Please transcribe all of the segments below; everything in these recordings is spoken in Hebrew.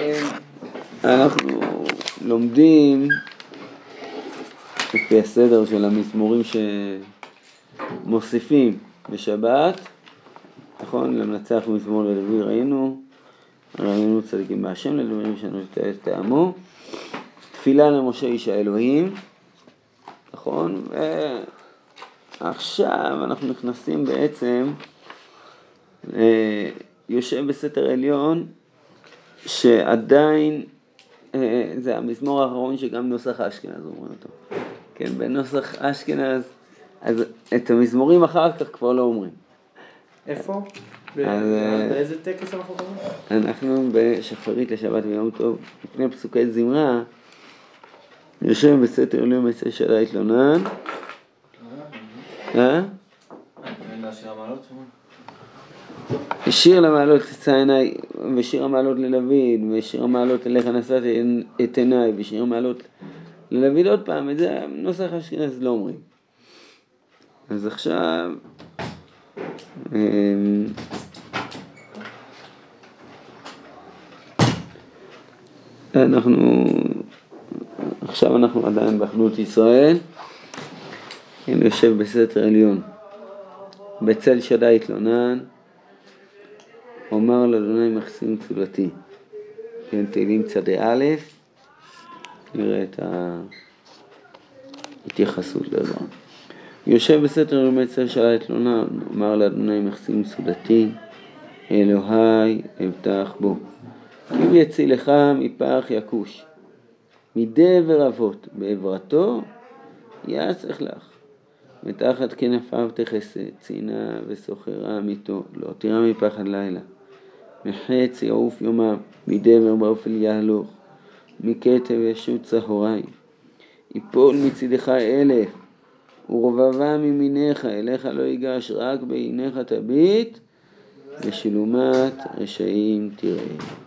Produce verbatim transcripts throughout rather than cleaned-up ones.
אנחנו לומדים לפי הסדר של המזמורים שמוסיפים בשבת, נכון? למנצח מזמור ללוי ראינו, ראינו צדיקים בהשם לדברים שנו את טעמו, תפילה למשה איש האלוהים, נכון? ועכשיו אנחנו נכנסים בעצם, יושב בסתר עליון, שעדיין, זה המזמור האחרון שגם נוסח אשכנז אומרים אותו. כן, בנוסח אשכנז, אז את המזמורים אחר כך כבר לא אומרים. איפה? באיזה טקס אנחנו אומרים? אנחנו בשחרית לשבת ויום טוב, לפני פסוקי זמרה, יושב בסתר עליון מצא שלה התלונן. אה? שיר המעלות שמונה? שיר למעלות תצא עיניי, ושיר המעלות לדוד, ושיר המעלות אליך נשאתי את עיניי, ושיר המעלות לדוד עוד פעם, את זה נוסח אשכנז לא אומרים. אז עכשיו, אנחנו, עכשיו אנחנו עדיין באחדות ישראל, אני יושב בסתר עליון, בצל שדי התלונן, אומר לאדוני מחסים צולתי, כן, תהילים צדי א', נראה את ההתייחסות לדבר. יושב בסתר עליון בצל שדי התלונן, אומר לאדוני מחסים צולתי, אלוהי אבטח בו. כי יצילך מפח יקוש, מדבר אבות בעברתו יעשך לך. מתחת כנפיו תכסה, צינה וסוחרה מיתו, לא תירא מפחד לילה. מחץ יעוף יומם, מדבר באופל יהלוך, מכתב ישוט צהרי. יפול מצידך אלף, ורבבה ממיניך, אליך לא ייגש, רק בעיניך תביט, ושלומת רשעים תראה.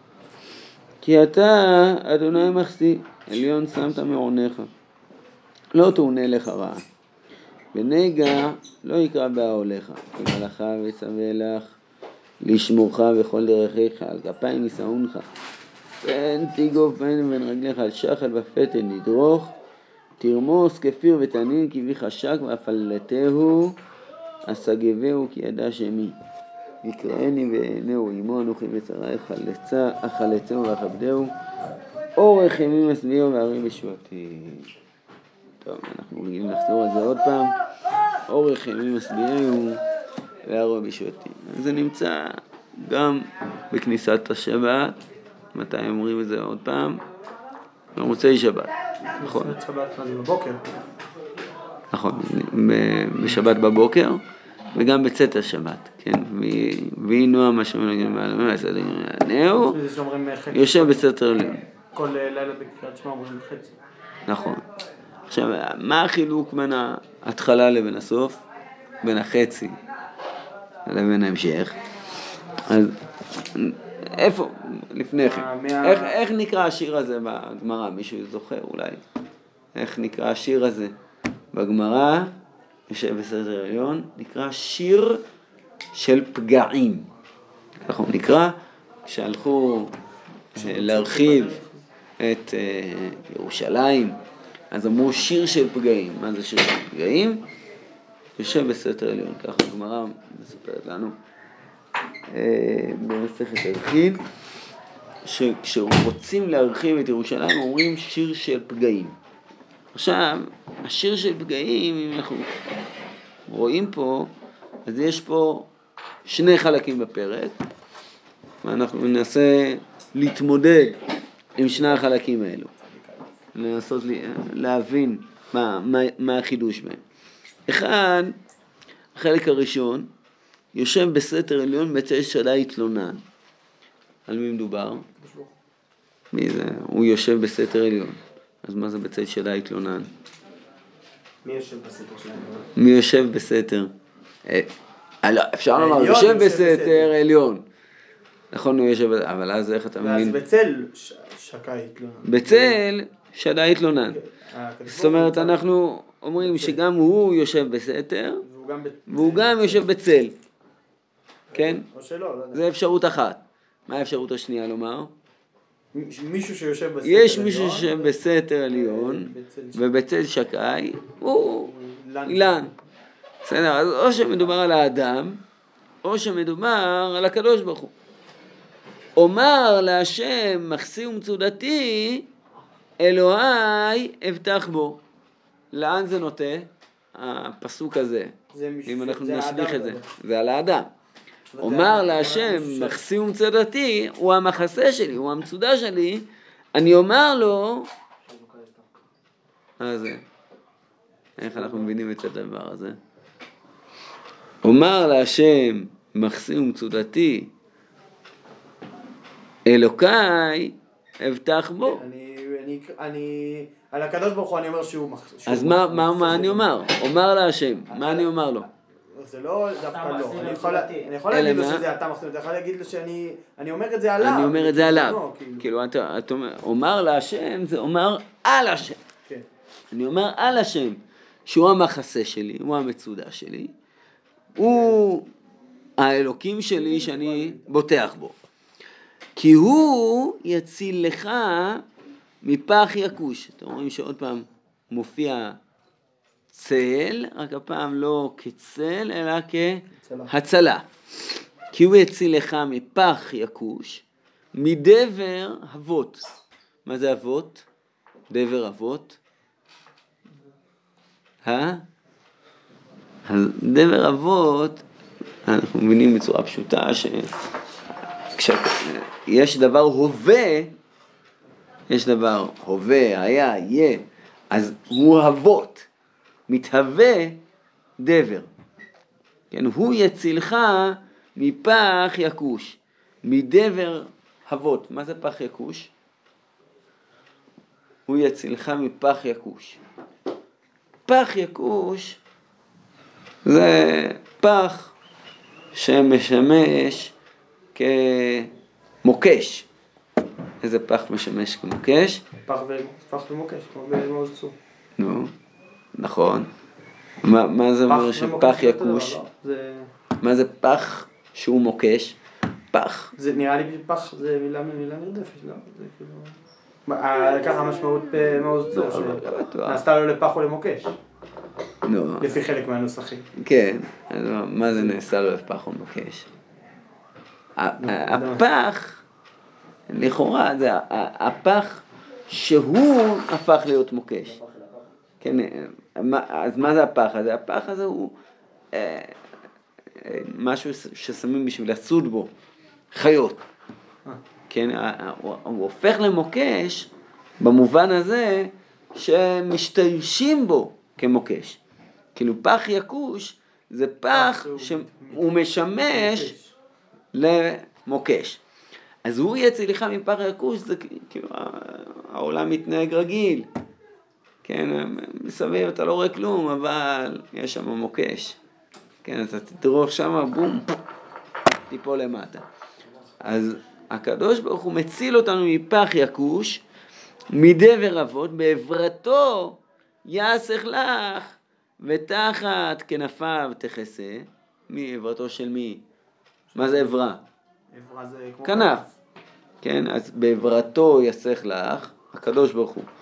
כי אתה, אדוני מחסי, עליון שמת מעונך, לא תעונה לך רע. בנגע לא יקרא באהליך, כי מלאכה וצווה לך, לשמורך בכל דרכיך, על כפיים ישאונך. פן תיגוף בין בין רגליך, על שחל ופתן נדרוך, תרמוס כפיר ותנין, כי בי חשק ואפלתהו, אסגבהו כי ידע שמי. יקראני ועיניהו עמו, אנוכי בצרי החלצהו ואכבדהו, אורך ימים משביעו והרים ישועתי. טוב, אנחנו רגילים לחזור על זה עוד פעם. אורך ימים משביעהו והרים ישועתי. זה נמצא גם בכניסת השבת. מתי אומרים את זה עוד פעם? במוצאי שבת. נכון. בכניסת שבת, מה זה בבוקר? נכון, בשבת בבוקר. וגם בצאת השבת, כן, והיא נועם מה שאומרים לגבי מעלמים, ועשת נעו, יושב בסתר עליון. כל לילה בקריאת שמע אומרים חצי. נכון. עכשיו, מה החילוק בין ההתחלה לבין הסוף? בין החצי לבין ההמשך? אז איפה? לפני כן. איך, איך נקרא השיר הזה בגמרא? מישהו זוכר אולי? איך נקרא השיר הזה בגמרא? יושב בסתר עליון, נקרא שיר של פגעים. ככה הוא נקרא, כשהלכו להרחיב את ירושלים, אז אמרו שיר של פגעים. מה זה שיר של פגעים? יושב בסתר עליון, ככה הגמרא מספרת לנו במסכת ערכין, שכשרוצים להרחיב את ירושלים אומרים שיר של פגעים. עכשיו, השיר של פגעים, אם אנחנו רואים פה, אז יש פה שני חלקים בפרק, ואנחנו ננסה להתמודד עם שני החלקים האלו, לנסות להבין מה, מה, מה החידוש בהם. אחד, החלק הראשון, יושב בסתר עליון בצל שדי התלונן. על מי מדובר? מי זה? הוא יושב בסתר עליון. אז מה זה בצל שדי התלונן? מי יושב בסתר שלנו? מי יושב בסתר? אפשר לומר, יושב בסתר עליון. נכון, הוא יושב, אבל אז איך אתה מבין? ואז בצל שקה התלונן. בצל שדי התלונן. זאת אומרת, אנחנו אומרים שגם הוא יושב בסתר, והוא גם יושב בצל. כן? או שלא. זה אפשרות אחת. מה האפשרות השנייה לומר? מישהו שיושב בסתר יש עליון. מישהו שיושב בסתר עליון, ובצל שקאי, הוא אילן. בסדר, אז או שמדובר על האדם, או שמדובר על הקדוש ברוך הוא. אומר להשם מחסי ומצודתי, אלוהי אבטח בו. לאן זה נוטה? הפסוק הזה, אם אנחנו נשליך את זה, זה על האדם. אומר להשם מחסי ומצודתי, הוא המחסה שלי, הוא המצודה שלי, אני אומר לו, מה זה? איך אנחנו מבינים את הדבר הזה? אומר להשם מחסי ומצודתי, אלוקיי אבטח בו. אני, אני, אני, על הקדוש ברוך הוא אני אומר שהוא מחסה. אז מה, מה, מה אני אומר? אומר להשם, מה אני אומר לו? זה לא, דווקא לא. אני יכול, אני יכול להגיד לו שזה אתה מחסה, אתה יכול להגיד לו שאני, אני אומר את זה עליו. אני אומר את זה עליו. כאילו, אתה, אתה אומר, אומר להשם, זה אומר על השם. כן. אני אומר על השם, שהוא המחסה שלי, הוא המצודה שלי, הוא האלוקים שלי שאני בוטח בו. כי הוא יציל לך מפח יקוש. אתם רואים שעוד פעם מופיע צל, רק הפעם לא כצל, אלא כהצלה. כי הוא יציל לך מפח יקוש, מדבר אבות. מה זה אבות? דבר אבות. אה? אז דבר אבות, אנחנו מבינים בצורה פשוטה שכשיש דבר הווה, יש דבר הווה, היה, יהיה, אז הוא אבות, מתהווה דבר. כן, הוא יצילך מפח יקוש, מדבר אבות. מה זה פח יקוש? הוא יצילך מפח יקוש. פח יקוש זה פח שמשמש כמוקש. איזה פח משמש כמוקש? פח ומוקש, כמו במעוז צור. נו, נכון. מה, מה זה אומר שפח יקוש? זה... מה זה פח שהוא מוקש? פח. זה נראה לי פח, זה מילה מילה נרדפת, לא? זה כאילו... ככה המשמעות במעוז צור, שנעשתה לו לפח או למוקש. נו. לפי חלק מהנוסחים. כן, אז מה זה נעשה לו לפח או מוקש? הפח, לכאורה, זה הפח שהוא הפך להיות מוקש. כן, אז מה זה הפח הזה? הפח הזה הוא משהו ששמים בשביל לצוד בו, חיות. כן, הוא הופך למוקש במובן הזה שמשתמשים בו כמוקש. כאילו פח יקוש זה פח שהוא משמש למוקש. אז הוא יצילך מפח יקוש, זה כאילו העולם מתנהג רגיל. כן, מסביב אתה לא רואה כלום, אבל יש שם מוקש. כן, אתה תדרוך שם, בום, תיפול למטה. אז הקדוש ברוך הוא מציל אותנו מפח יקוש, מדבר אבות, בעברתו יעשך לך, ותחת כנפיו תכסה. מי עברתו של מי? מה זה עברה? עברה זה כמו... כנף. כן, אז בעברתו יעשך לך, הקדוש ברוך הוא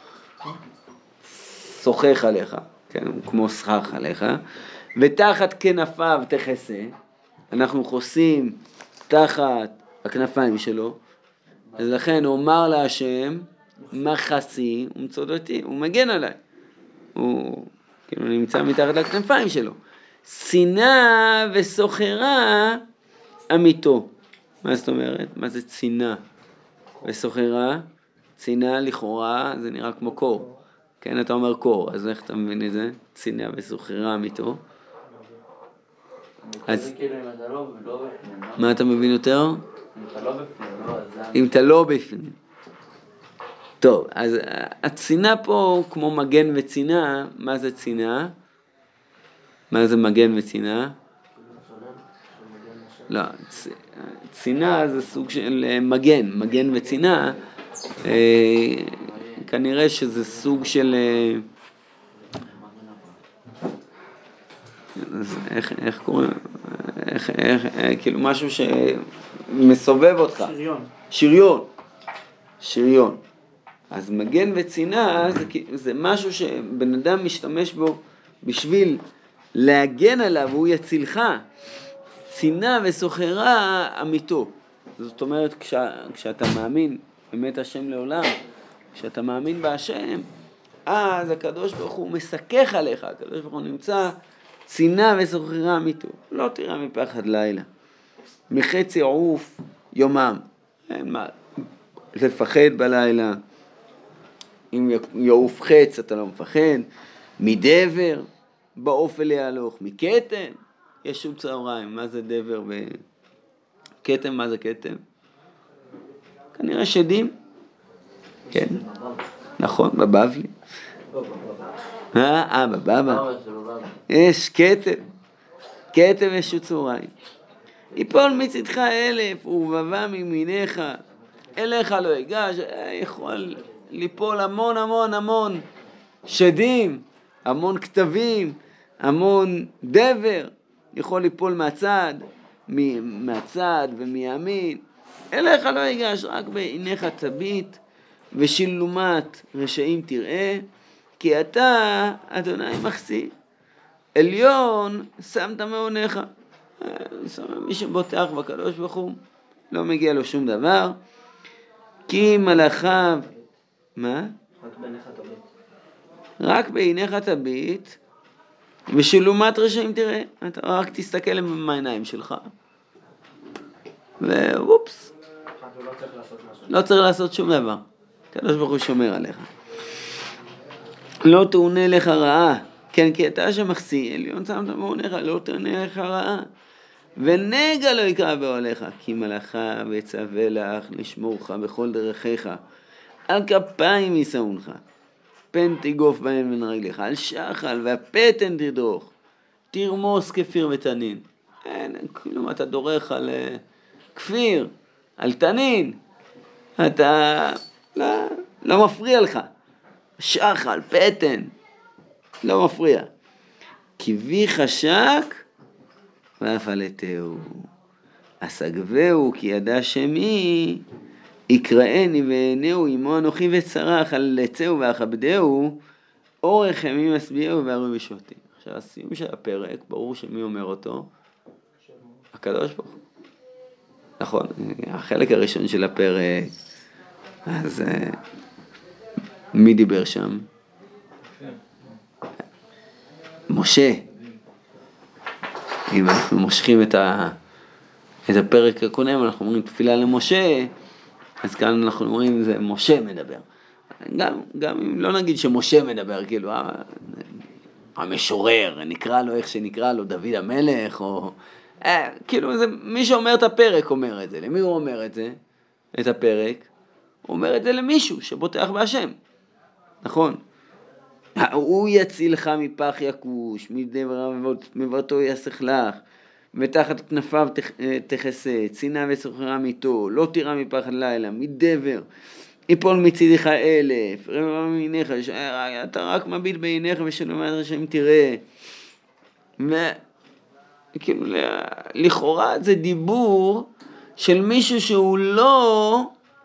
שוחך עליך, כן, הוא כמו שחך עליך, ותחת כנפיו תכסה. אנחנו חוסים תחת הכנפיים שלו, אז לכן אומר להשם מחסי ומצודתי, הוא מגן עליי, הוא כאילו נמצא מתחת לכנפיים שלו. צינה וסוחרה אמיתו. מה זאת אומרת? מה זה צינה וסוחרה? צינה לכאורה זה נראה כמו קור. כן, אתה אומר קור, אז איך אתה מבין את זה? צינה וסוחרה אמיתו. אז מה אתה מבין יותר? אם אתה לא בפנים. טוב, אז הצינה פה כמו מגן וצינה. מה זה צינה? מה זה מגן וצינה? לא, צינה זה סוג של מגן, מגן וצינה. כנראה שזה סוג של... איך, איך קוראים? איך, איך, כאילו משהו שמסובב אותך. שריון. שריון. שריון. אז מגן וצינה זה, זה משהו שבן אדם משתמש בו בשביל להגן עליו, הוא יצילך. צינה וסוחרה אמיתו. זאת אומרת, כשה, כשאתה מאמין באמת השם לעולם, כשאתה מאמין בהשם, אז הקדוש ברוך הוא מסכך עליך, הקדוש ברוך הוא נמצא צינה וסוחרה אמיתו. לא תירא מפחד לילה, מחץ יעוף יומם. אין מה לפחד בלילה. אם יעוף חץ אתה לא מפחד. מדבר באופל יהלוך, מכתם ישוב צהריים. מה זה דבר וכתם? מה זה כתם? כנראה שדים. כן, נכון, בבבלי. אה, בבבא. יש כתם. כתם ישוב צהריים. יפול מצדך אלף ובבא מימיניך, אליך לא ייגש. יכול ליפול המון המון המון שדים, המון כתבים, המון דבר, יכול ליפול מהצד, מהצד ומימין. אליך לא ייגש, רק בעיניך תביט ושילומת רשעים תראה, כי אתה אדוני מחסי, עליון שמת מעונך. מי שבוטח בקדוש ברוך הוא לא מגיע לו שום דבר, כי מלאכיו, מה? רק בעיניך תביט. רק בעיניך תביט ושילומת רשעים תראה. אתה רק תסתכל עם העיניים שלך ווופס, לא צריך לעשות משהו. לא צריך לעשות שום דבר. הקדוש ברוך הוא שומר עליך. לא תעונה לך רעה, כן, כי אתה שמחסי, עליון שמת מעונך, לא תעונה לך רעה, ונגע לא יקרא באוהליך, כי מלאכה וצווה לך לשמורך בכל דרכיך, על כפיים ישאונך, פן תגוף בהם בין רגליך, על שחל והפתן תדרוך, תרמוס כפיר ותנין. אין, כאילו אתה דורך על כפיר, על תנין, אתה לא, לא מפריע לך. שחל, פתן, לא מפריע. כי בי חשק ואפלתהו, אסגבהו כי ידע שמי, יקראני ועינהו עמו אנוכי וצרח, על לצהו ואכבדהו, אורך ימים משביעהו והרוי בשבטים. עכשיו הסיום של הפרק, ברור שמי אומר אותו? הקדוש ברוך הוא. נכון, החלק הראשון של הפרק, אז מי דיבר שם? משה. אם אנחנו מושכים את, ה, את הפרק הקודם, אנחנו אומרים תפילה למשה, אז כאן אנחנו אומרים זה משה מדבר. גם, גם אם לא נגיד שמשה מדבר, כאילו המשורר, נקרא לו איך שנקרא לו, דוד המלך, או אה, כאילו זה, מי שאומר את הפרק אומר את זה. למי הוא אומר את זה? את הפרק? הוא אומר את זה למישהו שבוטח בהשם. נכון? הוא יצילך מפח יקוש, מדבר מבטו יסך לך, ותחת כנפיו תכסה, צינה וסוחרה מיתו, לא תירא מפח לילה, מדבר, יפול מצידך אלף, רבע מעיניך, אתה רק מביט בעיניך ושלומד רשעים תראה. וכאילו, לכאורה זה דיבור של מישהו שהוא לא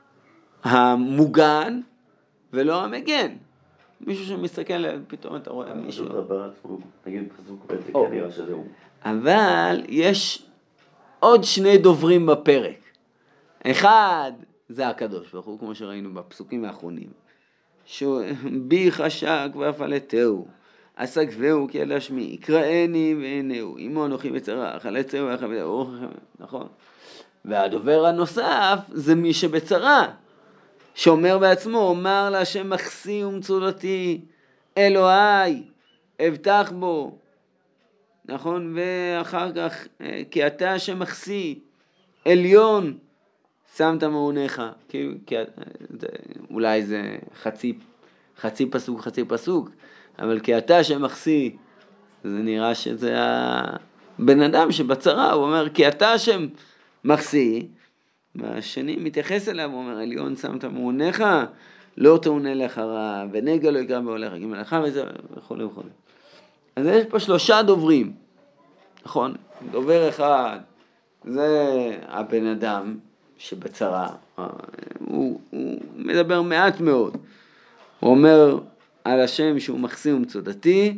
המוגן ולא המגן. מישהו שמסתכל, פתאום אתה רואה מישהו. נגיד פסוק ב' כנראה שזהו. אבל יש עוד שני דוברים בפרק. אחד זה הקדוש ברוך הוא, כמו שראינו בפסוקים האחרונים. בי חשק ואפלתהו, אסגבהו כי ידע שמי, יקראני ועינהו, עמו אנוכי וצרח, על לצהו ואכבדהו, נכון? והדובר הנוסף זה מי שבצרה. שאומר בעצמו, אומר להשם מחסי ומצולתי, אלוהי, אבטח בו, נכון? ואחר כך, כי אתה השם מחסי, עליון, שמת מעונך, כי, כי, אולי זה חצי, חצי פסוק, חצי פסוק, אבל כי אתה השם מחסי, זה נראה שזה הבן אדם שבצרה, הוא אומר, כי אתה השם מחסי, והשני מתייחס אליו, הוא אומר, עליון שמת מעונך, לא תעונה לך רע, ונגע לא יקרא באוהליך, כי מלאכה וזה, וכו' וכו'. אז יש פה שלושה דוברים, נכון? דובר אחד, זה הבן אדם שבצרה, הוא, הוא מדבר מעט מאוד. הוא אומר על השם שהוא מחסי ומצודתי,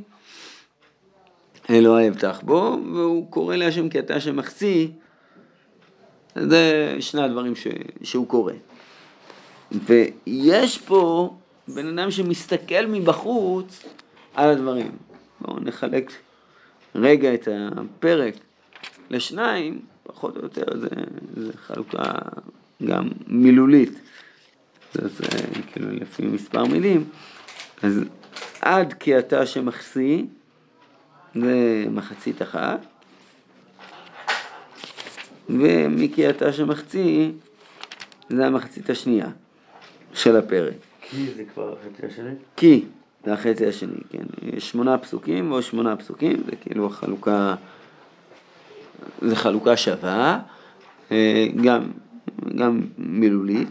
אלוהי אבטח בו, והוא קורא להשם כי אתה השם מחסי, זה שני הדברים ש, שהוא קורא. ויש פה בן אדם שמסתכל מבחוץ על הדברים. בואו נחלק רגע את הפרק לשניים, פחות או יותר זה, זה חלוקה גם מילולית. זה, זה כאילו לפי מספר מילים. אז עד כי אתה שמחסי, זה מחצית אחת. ומכי אתה שמחצי, זה המחצית השנייה של הפרק. כי זה כבר החצי השני? כי זה החצי השני, כן. יש שמונה פסוקים ועוד שמונה פסוקים, זה כאילו החלוקה, זה חלוקה שווה, גם, גם מילולית.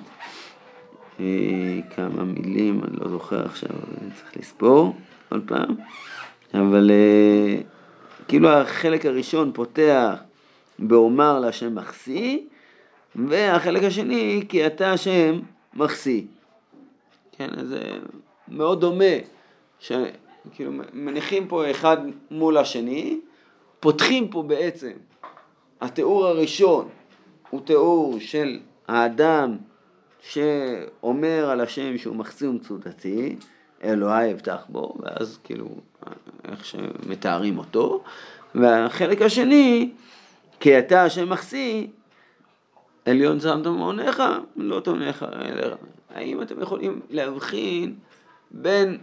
כמה מילים, אני לא זוכר עכשיו, אני צריך לספור עוד פעם. אבל כאילו החלק הראשון פותח באומר להשם מחסי, והחלק השני כי אתה השם מחסי. כן, אז זה מאוד דומה, שכאילו מניחים פה אחד מול השני, פותחים פה בעצם, התיאור הראשון הוא תיאור של האדם שאומר על השם שהוא מחסי ומצודתי, אלוהי אבטח בו, ואז כאילו איך שמתארים אותו, והחלק השני, כי אתה השם מחסי, עליון שמת מעונך, לא תעונך אליך. האם אתם יכולים להבחין בין,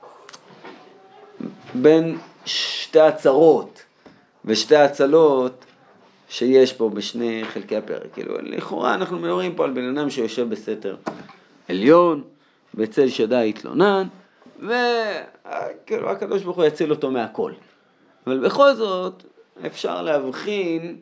בין שתי הצרות ושתי הצלות שיש פה בשני חלקי הפרק? כאילו, לכאורה אנחנו מדברים פה על בן אדם שיושב בסתר עליון, בצל שדי התלונן, וכאילו הקדוש ברוך הוא יציל אותו מהכל. אבל בכל זאת אפשר להבחין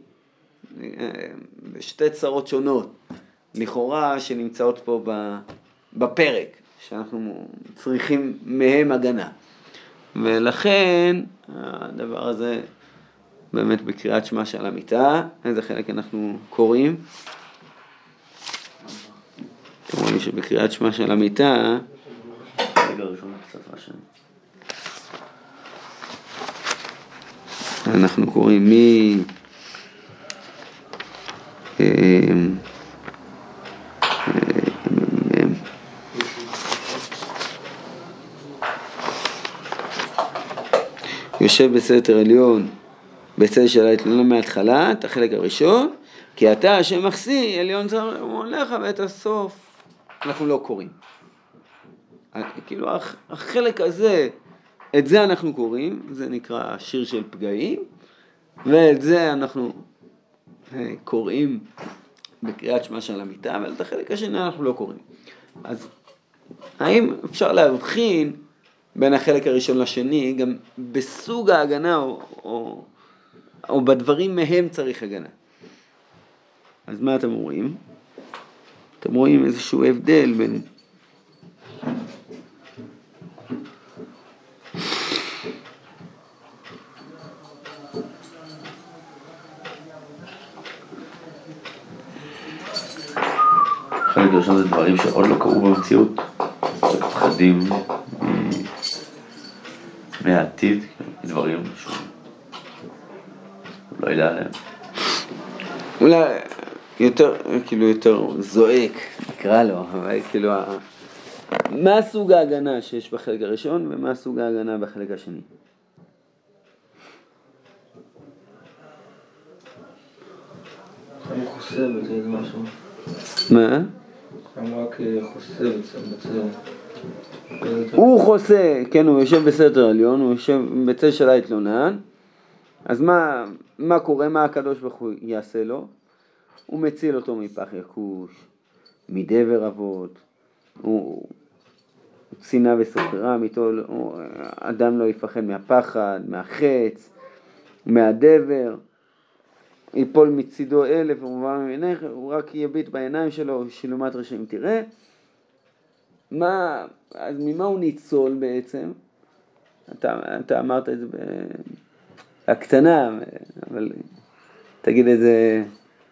בשתי צרות שונות, לכאורה שנמצאות פה בפרק, שאנחנו צריכים מהם הגנה. ולכן הדבר הזה באמת בקריאת שמע של המיטה, איזה חלק אנחנו קוראים? אתם רואים שבקריאת שמע של המיטה, רגע ראשון קצת ראשון. אנחנו קוראים מ... יושב בסתר עליון בצל של ההתלונה מההתחלה, את החלק הראשון, כי אתה השם מחסי, עליון צמאון לך, ואת הסוף אנחנו לא קוראים. כאילו החלק הזה, את זה אנחנו קוראים, זה נקרא שיר של פגעים, ואת זה אנחנו קוראים בקריאת שמע של המיטה, אבל את החלק השני אנחנו לא קוראים. אז האם אפשר להבחין בין החלק הראשון לשני, גם בסוג ההגנה או, או, או בדברים מהם צריך הגנה? אז מה אתם רואים? אתם רואים איזשהו הבדל בין... חלק ראשון זה דברים שעוד לא קרו במציאות, פחדים מהעתיד, דברים שהוא לא יודע עליהם. אולי יותר, כאילו יותר זועק, נקרא לו, אבל כאילו, מה סוג ההגנה שיש בחלק הראשון ומה סוג ההגנה בחלק השני? אני חוסה בזה משהו. מה? אני רק חוסה בצל. הוא חוסה, כן, הוא יושב בסתר עליון, הוא יושב בצל של ההתלונן, אז מה, מה קורה, מה הקדוש ברוך הוא יעשה לו? הוא מציל אותו מפח יקוש, מדבר אבות, הוא צינה וסוחרה, אדם לא יפחד מהפחד, מהחץ, מהדבר, ייפול מצידו אלף ומובן ממנך, הוא רק יביט בעיניים שלו, שלומת רשעים תראה. מה, אז ממה הוא ניצול בעצם? אתה, אתה אמרת את זה בהקטנה, אבל תגיד את זה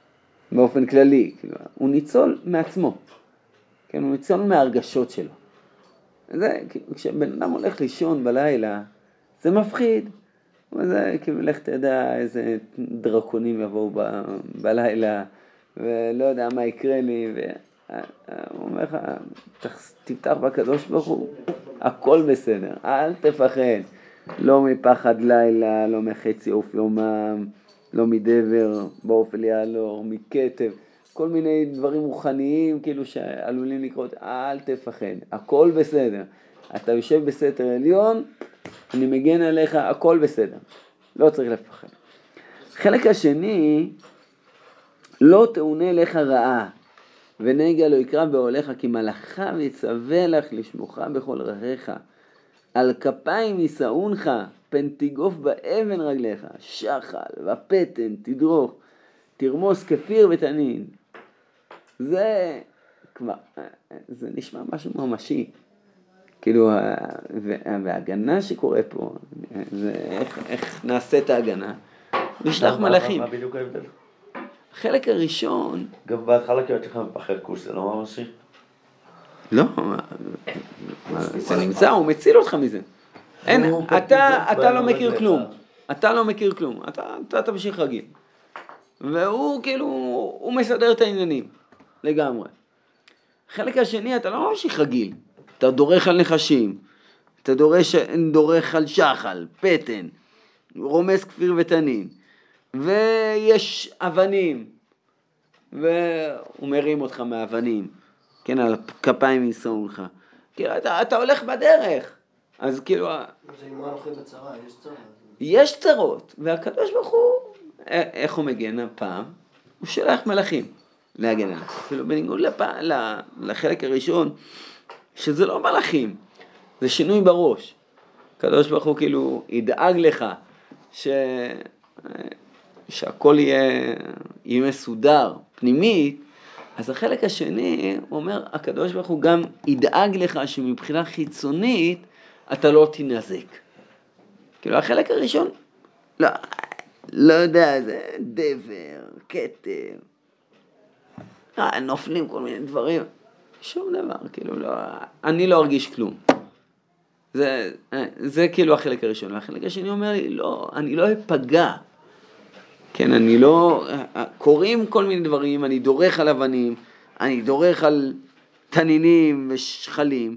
באופן כללי, כאילו, הוא ניצול מעצמו, כן, הוא ניצול מהרגשות שלו. זה, כשבן אדם הולך לישון בלילה, זה מפחיד. זה כאילו, לך תדע איזה דרקונים יבואו ב, בלילה, ולא יודע מה יקרה לי, והוא אומר לך, תפתח בקדוש ברוך הוא, הכל בסדר, אל תפחד. לא מפחד לילה, לא מחצי עוף יומם, לא מדבר, באופל יעלור, מכתב, כל מיני דברים רוחניים כאילו שעלולים לקרות, אל תפחד, הכל בסדר. אתה יושב בסתר עליון, אני מגן עליך, הכל בסדר, לא צריך לפחד. חלק השני, לא תאונה לך רעה, ונגע לא יקרא בעולך, כי מלאכה ויצווה לך לשמוך בכל רעיך. על כפיים יישאונך, פן תיגוף באבן רגליך, שחל ופתן תדרוך, תרמוס כפיר ותנין. זה כבר, זה נשמע משהו ממשי. כאילו, וההגנה שקורה פה, זה איך, איך נעשה את ההגנה? נשלח מלאכים. מה בדיוק ההבדל? החלק הראשון... גם בהתחלה קראת לך מפחד כוס, זה לא ממשי? לא, זה נמצא, הוא מציל אותך מזה. אין, אתה, אתה לא מכיר כלום. אתה לא מכיר כלום. אתה, אתה תמשיך רגיל. והוא כאילו, הוא מסדר את העניינים. לגמרי. חלק השני, אתה לא ממשיך רגיל. אתה דורך על נחשים. אתה דורש, דורך על שחל, פתן, רומס כפיר ותנין. ויש אבנים. והוא מרים אותך מהאבנים. כן, על כפיים יישאונך. כאילו, אתה, אתה הולך בדרך. אז כאילו... זה אמרה נוחה בצרה, יש צרה. יש צרות, והקדוש ברוך הוא, איך הוא מגן הפעם? הוא שלח מלאכים להגן עליו. כאילו, בניגוד לפע... לחלק הראשון, שזה לא מלאכים, זה שינוי בראש. הקדוש ברוך הוא כאילו ידאג לך ש... שהכל יהיה, יהיה מסודר, פנימית. אז החלק השני, הוא אומר, הקדוש ברוך הוא גם ידאג לך שמבחינה חיצונית אתה לא תנזק. כאילו החלק הראשון, לא, לא יודע, זה דבר, כתב, אה, נופלים כל מיני דברים, שום דבר, כאילו לא, אני לא ארגיש כלום. זה, זה כאילו החלק הראשון. והחלק השני אומר לי, לא, אני לא אפגע. כן, אני לא, קוראים כל מיני דברים, אני דורך על אבנים, אני דורך על תנינים ושחלים,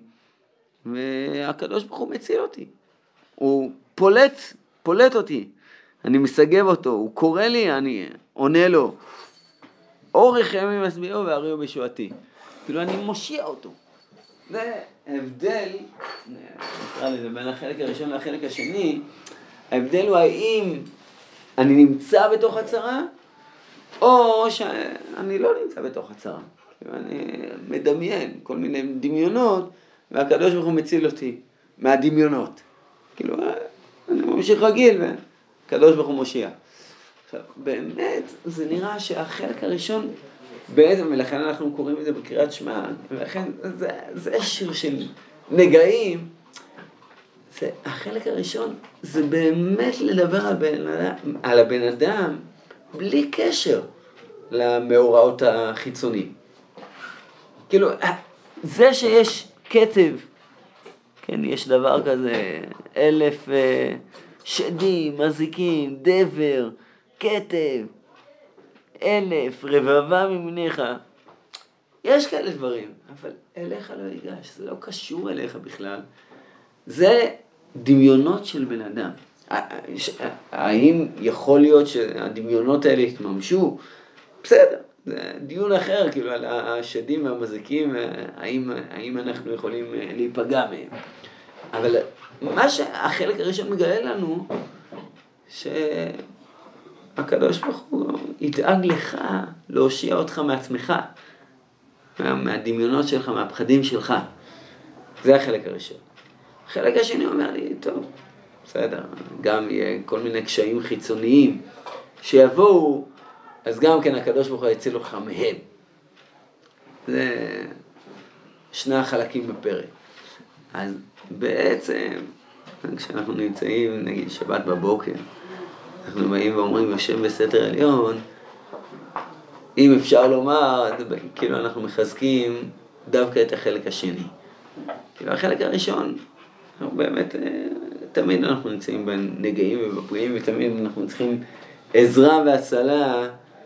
והקדוש ברוך הוא מציל אותי. הוא פולט, פולט אותי. אני מסגב אותו, הוא קורא לי, אני עונה לו. אורך ימים משביעו והריעו בישועתי. כאילו אני מושיע אותו. זה הבדל, נקרא לזה, בין החלק הראשון לחלק השני, ההבדל הוא האם אני נמצא בתוך הצרה, או שאני לא נמצא בתוך הצרה. אני מדמיין כל מיני דמיונות, והקדוש ברוך הוא מציל אותי מהדמיונות. כאילו, אני ממשיך רגיל, והקדוש ברוך הוא מושיע. עכשיו, באמת, זה נראה שהחלק הראשון, בעצם, ולכן אנחנו קוראים את זה בקריאת שמע, ולכן זה, זה שיר של נגעים, זה, החלק הראשון זה באמת לדבר על, בן אדם, על הבן אדם בלי קשר למאורעות החיצוניים. כאילו, זה שיש כתב, כן, יש דבר כזה, אלף שדים, מזיקים, דבר, כתב, אלף, רבבה ממניך. יש כאלה דברים, אבל אליך לא ייגש, זה לא קשור אליך בכלל. זה דמיונות של בן אדם. האם יכול להיות שהדמיונות האלה יתממשו? בסדר, זה דיון אחר, כאילו על השדים והמזיקים, האם, האם אנחנו יכולים להיפגע מהם. אבל מה שהחלק הראשון מגלה לנו, שהקדוש ברוך הוא ידאג לך להושיע אותך מעצמך, מהדמיונות שלך, מהפחדים שלך. זה החלק הראשון. החלק השני אומר לי, טוב, בסדר, גם יהיה כל מיני קשיים חיצוניים שיבואו, אז גם כן הקדוש ברוך הוא יציל אותך מהם. זה שני החלקים בפרק. אז בעצם, כשאנחנו נמצאים, נגיד שבת בבוקר, אנחנו באים ואומרים, יושב בסתר עליון, אם אפשר לומר, כאילו אנחנו מחזקים דווקא את החלק השני. כאילו החלק הראשון, באמת, תמיד אנחנו נמצאים בנגעים ובפגעים, ותמיד אנחנו צריכים עזרה והצלה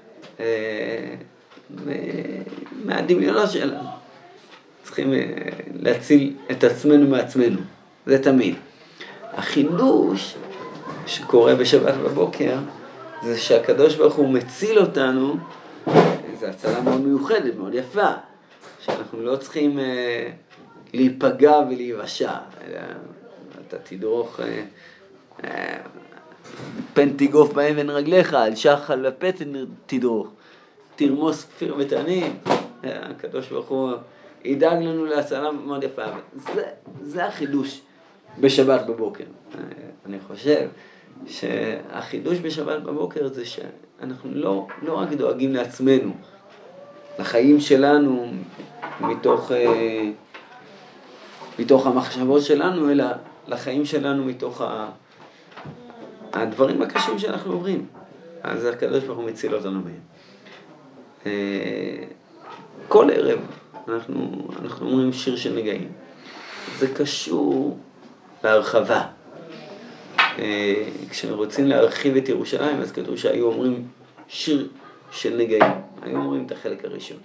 מהדמיונות שלנו. צריכים להציל את עצמנו מעצמנו, זה תמיד. החידוש שקורה בשבת בבוקר, זה שהקדוש ברוך הוא מציל אותנו, זו הצלה מאוד מיוחדת, מאוד יפה, שאנחנו לא צריכים אה, להיפגע ולהיוושע, אלא אתה תדרוך אה, אה, פן תיגוף באבן רגליך, על שח על הפתן תדרוך, תרמוס כפיר ותנים, הקדוש ברוך הוא ידאג לנו להצלה מאוד יפה. זה, זה החידוש בשבת בבוקר. אני חושב שהחידוש בשבת בבוקר זה שאנחנו לא, לא רק דואגים לעצמנו, לחיים שלנו מתוך, מתוך המחשבות שלנו, אלא לחיים שלנו מתוך הדברים הקשים שאנחנו עוברים. אז הקדוש ברוך הוא מציל אותנו מהם. כל ערב אנחנו, אנחנו אומרים שיר של נגעים. זה קשור להרחבה. כשרוצים להרחיב את ירושלים, אז כתוב שהיו אומרים שיר של נגעים. היו אומרים את החלק הראשון.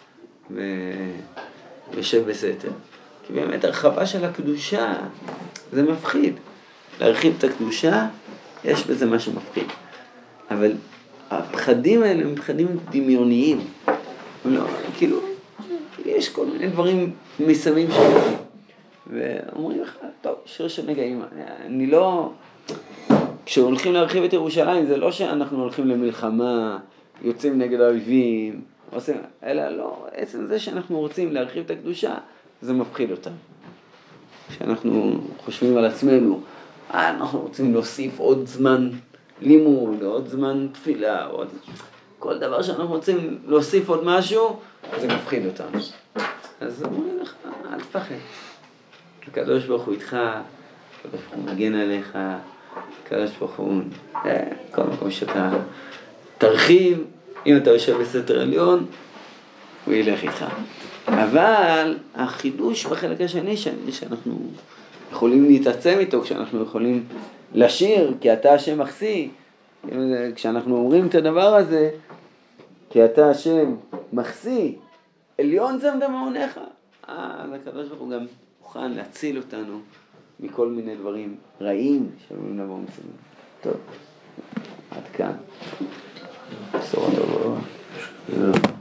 ויושב בסתר. כי באמת הרחבה של הקדושה זה מפחיד. להרחיב את הקדושה, יש בזה משהו מפחיד. אבל הפחדים האלה הם פחדים דמיוניים. לא, כאילו, יש כל מיני דברים מסביב שלנו. ואומרים לך, טוב, שיר של נגעים. אני לא... כשהולכים להרחיב את ירושלים, זה לא שאנחנו הולכים למלחמה, יוצאים נגד האויבים, עושים, אלא לא, עצם זה שאנחנו רוצים להרחיב את הקדושה, זה מפחיד אותם. כשאנחנו חושבים על עצמנו, אה, אנחנו רוצים להוסיף עוד זמן לימוד, עוד זמן תפילה, עוד... כל דבר שאנחנו רוצים להוסיף עוד משהו, זה מפחיד אותנו. אז אומרים לך, אל תפחד. הקדוש ברוך הוא איתך, הקדוש ברוך הוא מגן עליך, הקדוש ברוך הוא, כל מקום שאתה תרחיב, אם אתה יושב בסתר עליון, הוא ילך איתך. אבל החידוש בחלק השני, שאנחנו יכולים להתעצם איתו, כשאנחנו יכולים לשיר, כי אתה השם מחסי, כשאנחנו אומרים את הדבר הזה, כי אתה השם מחסי, עליון צמד מעונך, אז הקדוש ברוך הוא גם מוכן להציל אותנו מכל מיני דברים רעים שעלולים לבוא מסביב. טוב, עד כאן. בשורות טובות.